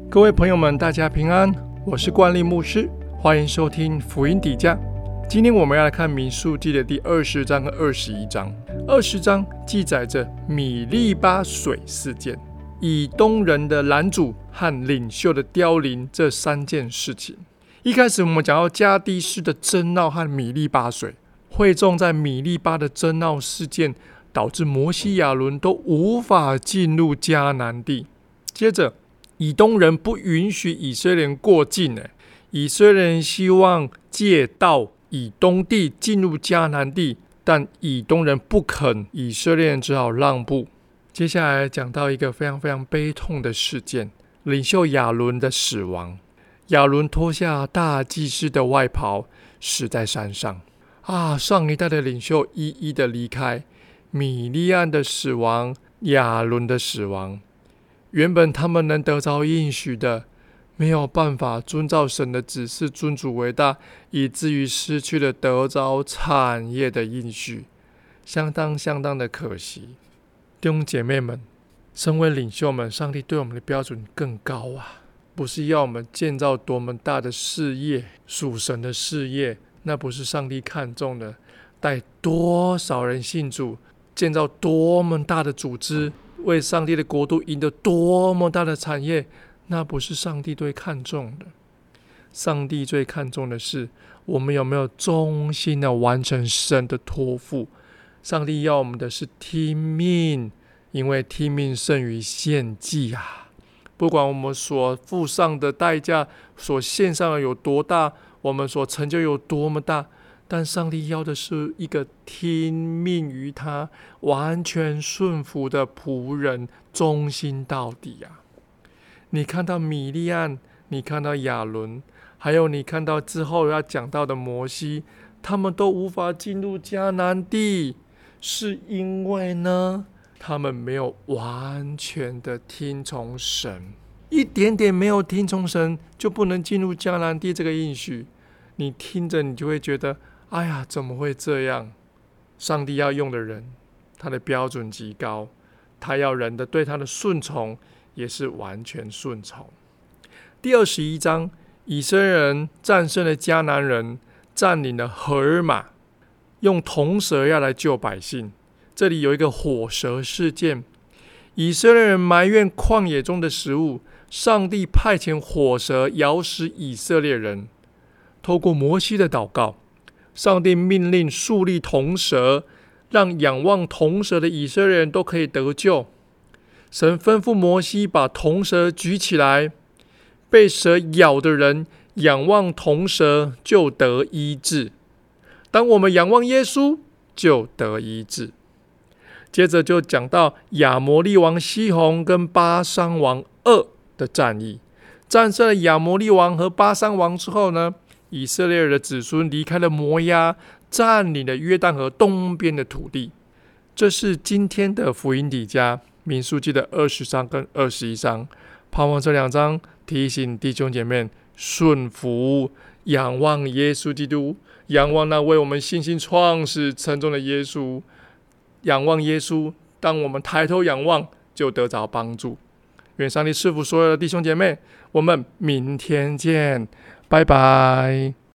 各位朋友们，大家平安，我是冠利牧师，欢迎收听福音底价。今天我们要来看民数记的第20章和21章。20章记载着米利巴水事件、以东人的拦阻和领袖的凋零这3件事情。一开始我们讲到加低斯的争闹和米利巴水，会众在米利巴的争闹事件导致摩西亚伦都无法进入迦南地。接着以东人不允许以色列人过境，以色列人希望借道以东地进入迦南地，但以东人不肯，以色列人只好让步。接下来讲到一个非常非常悲痛的事件，领袖亚伦的死亡。亚伦脱下大祭司的外袍，死在山上。上一代的领袖一一的离开，米利暗的死亡，亚伦的死亡，原本他们能得着应许的，没有办法遵照神的指示尊主为大，以至于失去了得着产业的应许，相当的可惜。弟兄姐妹们，身为领袖们，上帝对我们的标准更高啊！不是要我们建造多么大的事业，属神的事业，那不是上帝看重的。带多少人信主，建造多么大的组织，为上帝的国度赢得多么大的产业，那不是上帝最看重的。上帝最看重的是我们有没有忠心的完成神的托付。上帝要我们的是听命，因为听命胜于献祭啊！不管我们所付上的代价，所献上的有多大，我们所成就有多么大，但上帝要的是一个听命于他、完全顺服的仆人，忠心到底啊！你看到米利暗，你看到亚伦，还有你看到之后要讲到的摩西，他们都无法进入迦南地，是因为呢，他们没有完全的听从神，一点点没有听从神，就不能进入迦南地这个应许。你听着，你就会觉得，哎呀，怎么会这样？上帝要用的人，他的标准极高，他要人的对他的顺从，也是完全顺从。第21章，以色列人战胜了迦南人，占领了荷尔玛，用铜蛇要来救百姓。这里有一个火蛇事件，以色列人埋怨旷野中的食物，上帝派遣火蛇咬死以色列人。透过摩西的祷告，上帝命令树立铜蛇，让仰望铜蛇的以色列人都可以得救。神吩咐摩西把铜蛇举起来，被蛇咬的人仰望铜蛇就得医治。当我们仰望耶稣，就得医治。接着就讲到亚摩利王西宏跟巴珊王噩的战役。战胜了亚摩利王和巴珊王之后呢，以色列人的子孙离开了摩押，占领了约旦河东边的土地。这是今天的福音底家民数记的20章跟21章。盼望这2章提醒弟兄姐妹顺服，仰望耶稣基督，仰望那为我们信心创始成终的耶稣。仰望耶稣，当我们抬头仰望，就得着帮助。愿上帝赐福所有的弟兄姐妹，我们明天见，拜拜。